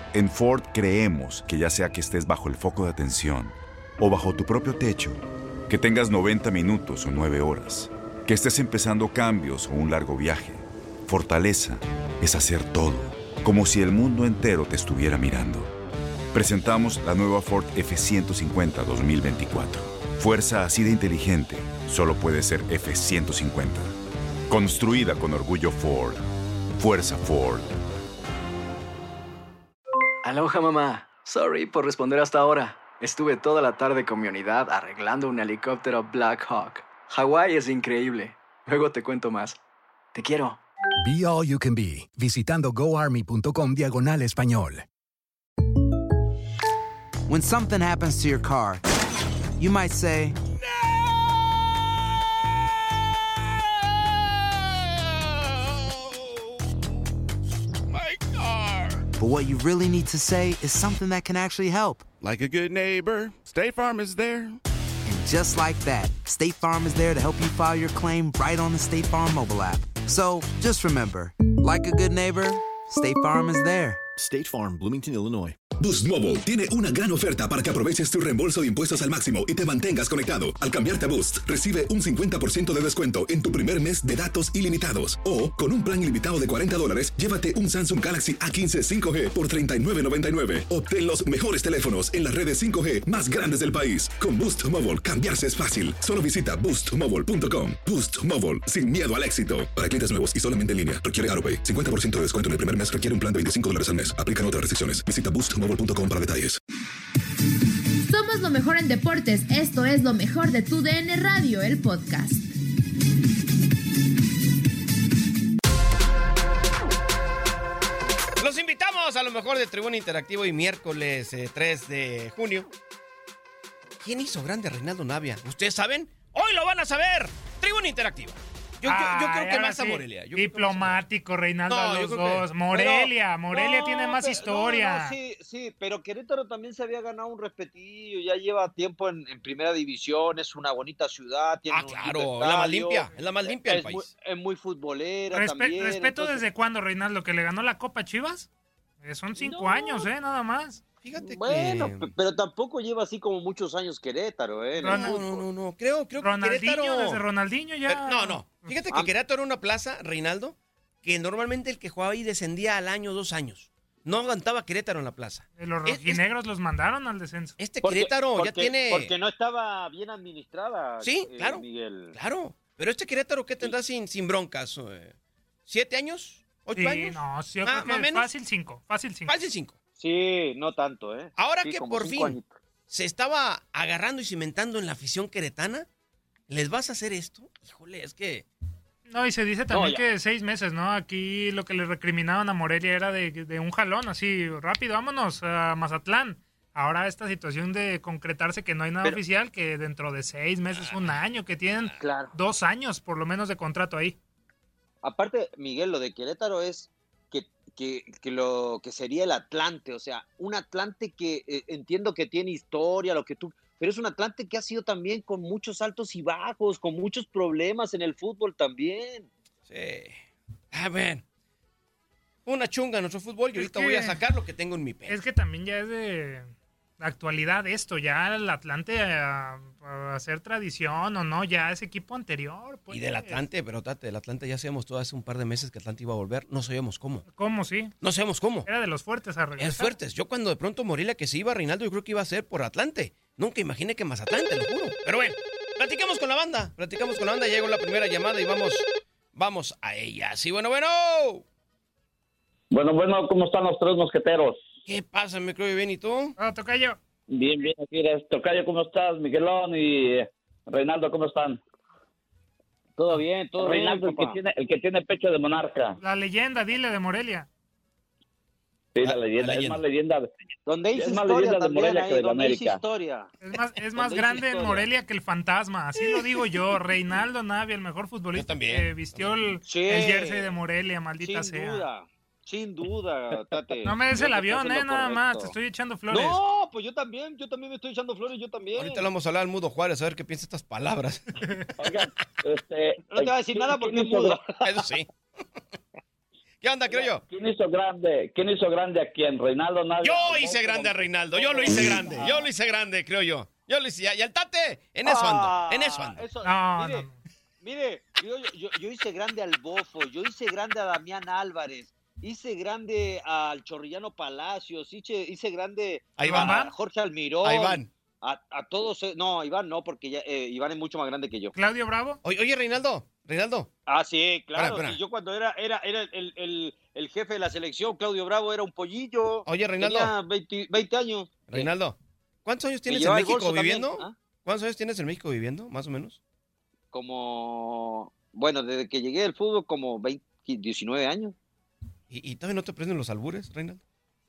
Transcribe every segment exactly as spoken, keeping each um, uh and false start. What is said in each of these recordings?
En Ford creemos que ya sea que estés bajo el foco de atención o bajo tu propio techo, que tengas noventa minutos o nueve horas, que estés empezando cambios o un largo viaje, fortaleza es hacer todo, como si el mundo entero te estuviera mirando. Presentamos la nueva Ford F ciento cincuenta dos mil veinticuatro. Fuerza así de inteligente solo puede ser F ciento cincuenta. Construida con orgullo Ford. Fuerza Ford. Aloha, mamá. Sorry por responder hasta ahora. Estuve toda la tarde con mi unidad arreglando un helicóptero Black Hawk. Hawái es increíble. Luego te cuento más. Te quiero. Be All You Can Be, visitando goarmy.com diagonal español. When something happens to your car, you might say, but what you really need to say is something that can actually help. Like a good neighbor, State Farm is there. And just like that, State Farm is there to help you file your claim right on the State Farm mobile app. So just remember, like a good neighbor, State Farm is there. State Farm, Bloomington, Illinois. Boost Mobile tiene una gran oferta para que aproveches tu reembolso de impuestos al máximo y te mantengas conectado. Al cambiarte a Boost, recibe un cincuenta por ciento de descuento en tu primer mes de datos ilimitados. O, con un plan ilimitado de cuarenta dólares, llévate un Samsung Galaxy A quince cinco G por treinta y nueve noventa y nueve. Obtén los mejores teléfonos en las redes cinco G más grandes del país. Con Boost Mobile, cambiarse es fácil. Solo visita boost mobile punto com. Boost Mobile, sin miedo al éxito. Para clientes nuevos y solamente en línea, requiere AutoPay. cincuenta por ciento de descuento en el primer mes requiere un plan de veinticinco dólares al mes. Aplican otras restricciones. Visita boost mobile punto com para detalles. Somos lo mejor en deportes. Esto es lo mejor de tu D N Radio, el podcast. Los invitamos a lo mejor de Tribuna Interactivo y miércoles eh, tres de junio. ¿Quién hizo grande a Reinaldo Navia? ¿Ustedes saben? Hoy lo van a saber. Tribuna Interactiva. Yo, ah, yo, yo creo que más sí. a Morelia. Yo Diplomático, Reinaldo, no, a los dos. Que... Morelia, pero, Morelia no, tiene más pero, historia. No, no, sí, sí, pero Querétaro también se había ganado un respetillo, ya lleva tiempo en, en primera división, es una bonita ciudad. Tiene ah, claro, es la más limpia, es la más limpia del es país. Muy, es muy futbolera Respe- también. ¿Respeto entonces... desde cuándo, Reinaldo? ¿Que le ganó la Copa Chivas? Eh, son cinco no. años, ¿eh? Nada más. Fíjate bueno, que... pero tampoco lleva así como muchos años Querétaro, ¿eh? No, no, no, no, no, creo, creo que Ronaldinho, Querétaro... desde Ronaldinho ya... Pero, no, no, fíjate que Querétaro era una plaza, Reinaldo, que normalmente el que jugaba ahí descendía al año, dos años. No aguantaba Querétaro en la plaza. Los rojinegros es, los mandaron al descenso. Este porque, Querétaro porque, ya tiene... Porque no estaba bien administrada, Sí, eh, claro, Miguel. Claro, pero este Querétaro, ¿qué tendrá sí. sin, sin broncas? Eh, ¿Siete años? ¿Ocho sí, años? no, sí, yo ah, creo que menos. fácil cinco, fácil cinco. Fácil cinco. Sí, no tanto, ¿eh? Ahora sí, que como por fin añitos. se estaba agarrando y cimentando en la afición queretana, ¿les vas a hacer esto? Híjole, es que... No, y se dice también no, que seis meses, ¿no? Aquí lo que le recriminaban a Morelia era de, de un jalón, así, rápido, vámonos a Mazatlán. Ahora esta situación de concretarse que no hay nada Pero, oficial, que dentro de seis meses, un año, que tienen claro. dos años por lo menos de contrato ahí. Aparte, Miguel, lo de Querétaro es que, que, que lo que sería el Atlante, o sea, un Atlante que eh, entiendo que tiene historia, lo que tú, pero es un Atlante que ha sido también con muchos altos y bajos, con muchos problemas en el fútbol también. Sí. A ver. Una chunga en nuestro fútbol y ahorita que, voy a sacar lo que tengo en mi pecho. Es que también ya es de actualidad esto, ya el Atlante a, a hacer tradición o no, ya es equipo anterior. Pues. Y del Atlante, pero tate, del Atlante ya sabíamos todo hace un par de meses que Atlante iba a volver, no sabíamos cómo. ¿Cómo, sí? No sabíamos cómo. Era de los fuertes a regresar. Es fuertes. Yo cuando de pronto Morelia que se iba Reinaldo, yo creo que iba a ser por Atlante. Nunca imaginé que más Atlante, lo juro. Pero bueno, platicamos con la banda, platicamos con la banda, llegó la primera llamada y vamos, vamos a ella. Sí, bueno, bueno. Bueno, bueno, ¿cómo están los tres mosqueteros? ¿Qué pasa, me creo bien? ¿Y tú? Ah, tocayo. Bien, bien, aquí eres. Tocayo, ¿cómo estás? Miguelón y Reinaldo, ¿cómo están? Todo bien, todo Reinaldo, bien, el que, tiene, el que tiene pecho de monarca. La leyenda, dile, de Morelia. Sí, la leyenda, la es más leyenda. Donde hizo es más historia leyenda de también Morelia ahí, que de la donde hizo América. historia. Es más, es más grande en Morelia que el fantasma, así lo digo yo. Reinaldo Navia, el mejor futbolista que vistió el, sí, el jersey de Morelia, maldita sin sea. Duda. Sin duda, Tate. No me des el avión, eh, nada correcto. más, te estoy echando flores. No, pues yo también, yo también me estoy echando flores, yo también. Ahorita le vamos a hablar al Mudo Juárez a ver qué piensa estas palabras. Oigan, este, no te va a decir nada porque es hizo, mudo. Eso sí. ¿Qué onda, creo yo? ¿Quién hizo grande? ¿Quién hizo grande a quién? ¿Reinaldo Navia? Yo hice grande a Reinaldo, yo lo hice grande, yo lo hice grande, creo yo. Yo lo hice, y al Tate, en eso ando, en eso ando. Eso, No, mire, no, no. mire yo, yo, yo hice grande al Bofo, yo hice grande a Damián Álvarez, hice grande al Chorrillano Palacios, hice, hice grande a, Iván, a Jorge Almirón. A Iván. A, a todos, no, Iván no, porque ya, eh, Iván es mucho más grande que yo. ¿Claudio Bravo? Oye, oye Reinaldo, Reinaldo. Ah, sí, claro. Espera, espera. Sí, yo cuando era, era, era el, el, el jefe de la selección, Claudio Bravo, era un pollillo. Oye, Reinaldo. Tenía veinte, veinte años. Reinaldo, ¿cuántos años tienes en México viviendo? ¿Ah? ¿Cuántos años tienes en México viviendo, más o menos? Como, bueno, desde que llegué al fútbol, como veinte, diecinueve años. ¿Y, y todavía no te prenden los albures, Reinaldo?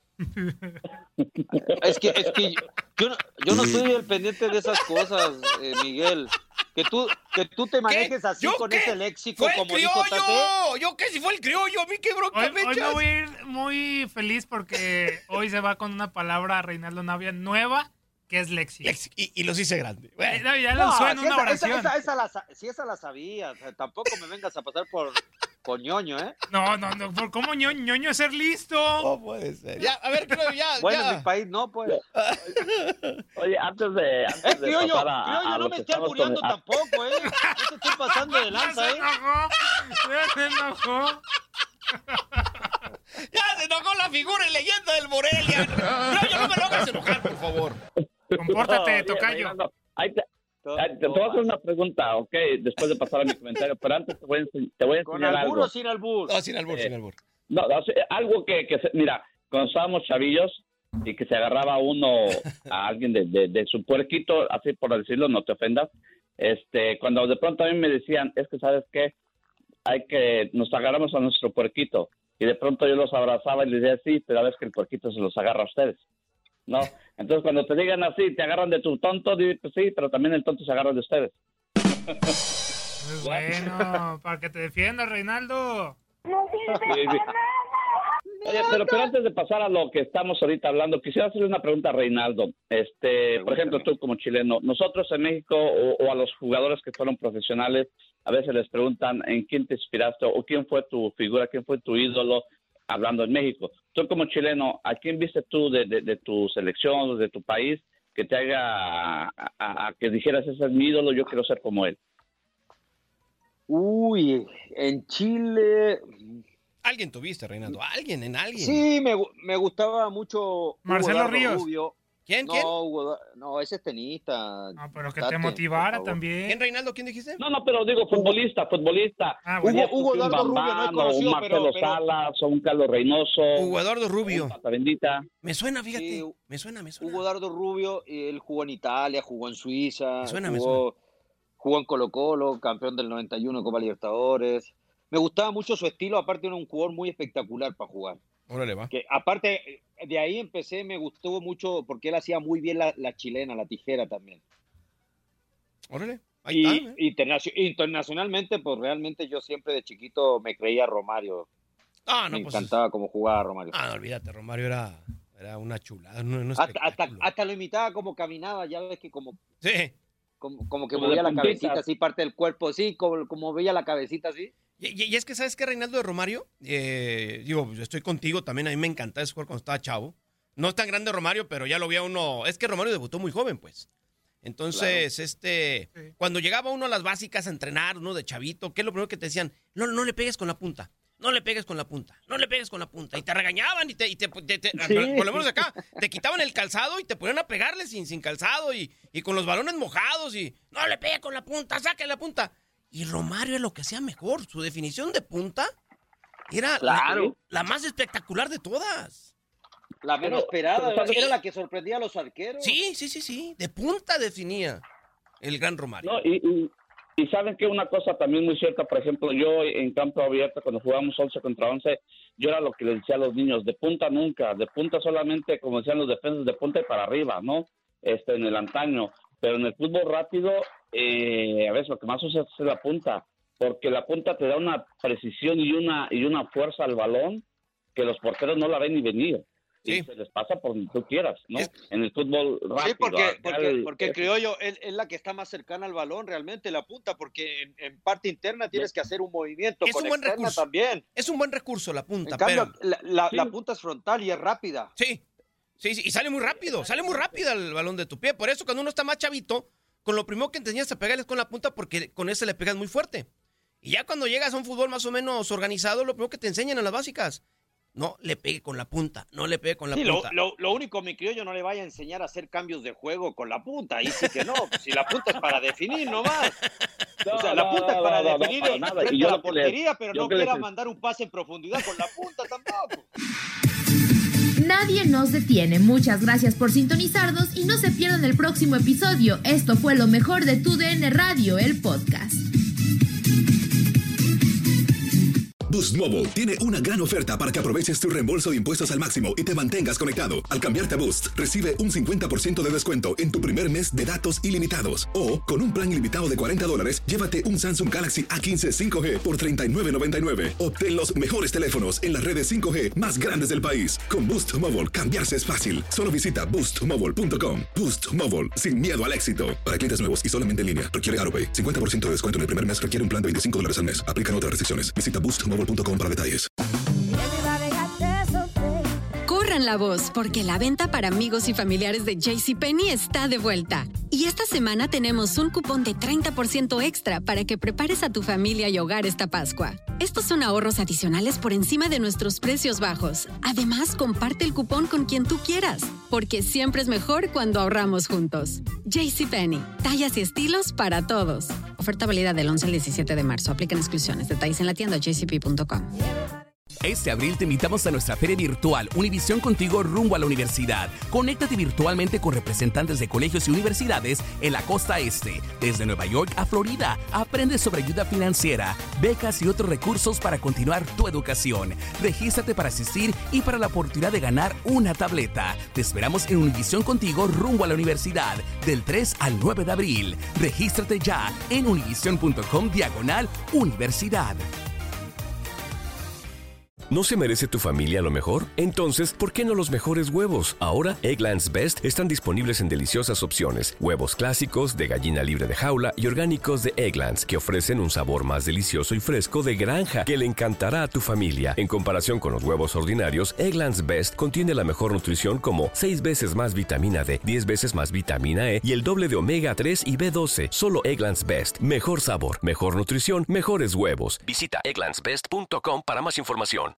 Es que, es que yo, yo, no, yo no soy el pendiente de esas cosas, eh, Miguel. Que tú, que tú te manejes ¿Qué? así con qué? ese léxico ¡Fue como el dijo criollo! Tate. ¿Yo qué? Si fue el criollo, a mí qué bronca Hoy, me hoy echas. me voy a ir muy feliz porque hoy se va con una palabra Reinaldo Navia nueva, que es léxico. Lex, y, y los hice grande. Bueno. No, ya lo usó en si una esa, oración. Esa, esa, esa la, si esa la sabía, o sea, tampoco me vengas a pasar por, por ñoño, ¿eh? No, no, no, ¿por ¿cómo ñoño, ñoño es ser listo? No puede ser. Ya, a ver, creo, ya, Bueno, ya. en mi país no, pues. Oye, antes de, antes Eh, de criollo, pasar a, criollo, a no lo me que esté estamos albureando con- tampoco, ¿eh? No te estoy pasando de lanza, se ¿eh? enojó, ya se enojó. Ya se enojó la figura y leyenda del Morelia. Criollo, no me lo hagas enojar, por favor. Compórtate, Oye, tocayo. Reinaldo, ahí te, ahí te, te voy a hacer una pregunta, ¿ok? Después de pasar a mi comentario, pero antes te voy a, ense- te voy a ¿Con enseñar albur algo. o sin albur? No, sin albur, Eh, sin albur. No, no, sí, algo que, que se- mira, cuando estábamos chavillos y que se agarraba uno a alguien de, de, de su puerquito, así por decirlo, no te ofendas, este, cuando de pronto a mí me decían, es que, ¿sabes qué? Hay que, nos agarramos a nuestro puerquito, y de pronto yo los abrazaba y les decía, sí, pero a veces que el puerquito se los agarra a ustedes, ¿no? Entonces, cuando te digan así, te agarran de tu tonto, di, pues sí, pero también el tonto se agarra de ustedes. Muy bueno, para que te defiendas, Reinaldo. Sí, sí. Oye, pero, pero antes de pasar a lo que estamos ahorita hablando, quisiera hacerle una pregunta a Reinaldo. Este, por ejemplo, tú como chileno, nosotros en México o, o a los jugadores que fueron profesionales, a veces les preguntan en quién te inspiraste o quién fue tu figura, quién fue tu ídolo, hablando en México. Tú como chileno, ¿a quién viste tú de, de, de tu selección, de tu país, que te haga a, a, a que dijeras, ese es mi ídolo, yo quiero ser como él? Uy, en Chile... Alguien tuviste, Reinaldo, alguien, en alguien. Sí, me, gu- me gustaba mucho Marcelo Hugo Dardo Ríos. Rubio. ¿Quién, No, quién? Hugo Da- no, ese es tenista. No, pero que Tate, te por motivara favor. también. ¿Quién, Reinaldo? ¿Quién dijiste? No, no, pero digo futbolista, futbolista. Ah, Hugo, bueno. Hugo un Dardo Rubio no es Bambán, o conocido, un Marcelo pero, pero Salas, o un Carlos Reynoso, Hugo Eduardo Rubio. un Pata Bendita. Me suena, fíjate. Sí, me suena, me suena. Hugo Dardo Rubio, él jugó en Italia, jugó en Suiza, Me suena, me jugó, jugó en Colo Colo, campeón del noventa y uno, Copa Libertadores. Me gustaba mucho su estilo, aparte era un jugador muy espectacular para jugar. Órale, va. Que aparte, de ahí empecé, me gustó mucho porque él hacía muy bien la, la chilena, la tijera también. Órale. Ahí Y está, ¿eh? internacio- internacionalmente, pues realmente yo siempre de chiquito me creía Romario. Ah, no, me pues. encantaba cómo jugaba Romario. Ah, no, olvídate, Romario era, era una chulada. Un, un hasta, hasta, espectáculo. hasta lo imitaba como caminaba, ya ves que como, Sí. como, como que Como movía de la puntita. cabecita así, parte del cuerpo, sí, como, como veía la cabecita así. Y, y- y es que, ¿sabes qué, Reinaldo de Romario? Eh, digo, yo estoy contigo también. A mí me encantaba ese jugador cuando estaba chavo. No es tan grande Romario, pero ya lo veía uno. Es que Romario debutó muy joven, pues. Entonces, este, Sí. cuando llegaba uno a las básicas a entrenar, uno de chavito, ¿qué es lo primero que te decían? No, no le pegues con la punta. No le pegues con la punta. No le pegues con la punta. Y te regañaban y te, y te, te- te- Sí. por lo menos acá, te quitaban el calzado y te ponían a pegarle sin, sin calzado y, y con los balones mojados y no le pegue con la punta, saque la punta. Y Romario es lo que hacía mejor. Su definición de punta era Claro. la, la más espectacular de todas. La menos Pero- esperada, pero era ¿sabes? la que sorprendía a los arqueros. Sí, sí, sí, sí. De punta definía el gran Romario. No, y, y, y saben que una cosa también muy cierta, por ejemplo, yo en campo abierto, cuando jugamos once contra once, yo era lo que les decía a los niños, de punta nunca, de punta solamente, como decían los defensas, de punta y para arriba, ¿no? Este, en el antaño. Pero en el fútbol rápido, eh, a veces lo que más usas es la punta, porque la punta te da una precisión y una, y una fuerza al balón que los porteros no la ven ni venir. y Sí. se les pasa por donde tú quieras, ¿no? En el fútbol rápido. Sí, porque, acá porque, el- porque el criollo es, es la que está más cercana al balón realmente, la punta, porque en, en parte interna tienes que hacer un movimiento, Es con un buen externa recurso. también. Es un buen recurso la punta, En cambio, pero... la, la- Sí. la punta es frontal y es rápida. Sí, sí, sí, y sale muy rápido, sale muy rápido el balón de tu pie. Por eso cuando uno está más chavito, con lo primero que te enseñas a pegar es con la punta porque con ese le pegas muy fuerte. Y ya cuando llegas a un fútbol más o menos organizado, lo primero que te enseñan en las básicas, no le pegue con la punta, no le pegue con la Sí, lo, punta. lo, lo único, mi criollo, no le vaya a enseñar a hacer cambios de juego con la punta. Ahí sí que no, pues, si la punta es para definir nomás. O sea, la no, punta es no, para no, no, definir para el- nada. frente Y yo a la lo que le- portería, pero yo no que les- quiera mandar un pase en profundidad con la punta tampoco. Nadie nos detiene. Muchas gracias por sintonizarnos y no se pierdan el próximo episodio. Esto fue lo mejor de Tu D N Radio, el podcast. Boost Mobile tiene una gran oferta para que aproveches tu reembolso de impuestos al máximo y te mantengas conectado. Al cambiarte a Boost, recibe un cincuenta por ciento de descuento en tu primer mes de datos ilimitados. O, con un plan ilimitado de cuarenta dólares, llévate un Samsung Galaxy A quince cinco G por treinta y nueve noventa y nueve. Obtén los mejores teléfonos en las redes cinco G más grandes del país. Con Boost Mobile, cambiarse es fácil. Solo visita boost mobile punto com. Boost Mobile, sin miedo al éxito. Para clientes nuevos y solamente en línea, requiere AutoPay. cincuenta por ciento de descuento en el primer mes requiere un plan de veinticinco dólares al mes. Aplican otras restricciones. Visita boost mobile punto com para detalles. Corran la voz, porque la venta para amigos y familiares de JCPenney está de vuelta. Y esta semana tenemos un cupón de treinta por ciento extra para que prepares a tu familia y hogar esta Pascua. Estos son ahorros adicionales por encima de nuestros precios bajos. Además, comparte el cupón con quien tú quieras, porque siempre es mejor cuando ahorramos juntos. JCPenney, tallas y estilos para todos. Oferta válida del once al diecisiete de marzo. Aplican exclusiones. Detalles en la tienda j c p punto com. Este abril te invitamos a nuestra feria virtual Univisión Contigo rumbo a la universidad. Conéctate virtualmente con representantes de colegios y universidades en la costa este, desde Nueva York a Florida. Aprende sobre ayuda financiera, becas y otros recursos para continuar tu educación. Regístrate para asistir y para la oportunidad de ganar una tableta. Te esperamos en Univisión Contigo rumbo a la universidad del tres al nueve de abril. Regístrate ya en univision punto com diagonal universidad. ¿No se merece tu familia lo mejor? Entonces, ¿por qué no los mejores huevos? Ahora, Eggland's Best están disponibles en deliciosas opciones. Huevos clásicos, de gallina libre de jaula y orgánicos de Eggland's, que ofrecen un sabor más delicioso y fresco de granja que le encantará a tu familia. En comparación con los huevos ordinarios, Eggland's Best contiene la mejor nutrición como seis veces más vitamina D, diez veces más vitamina E y el doble de omega tres y B doce. Solo Eggland's Best. Mejor sabor, mejor nutrición, mejores huevos. Visita egglands best punto com para más información.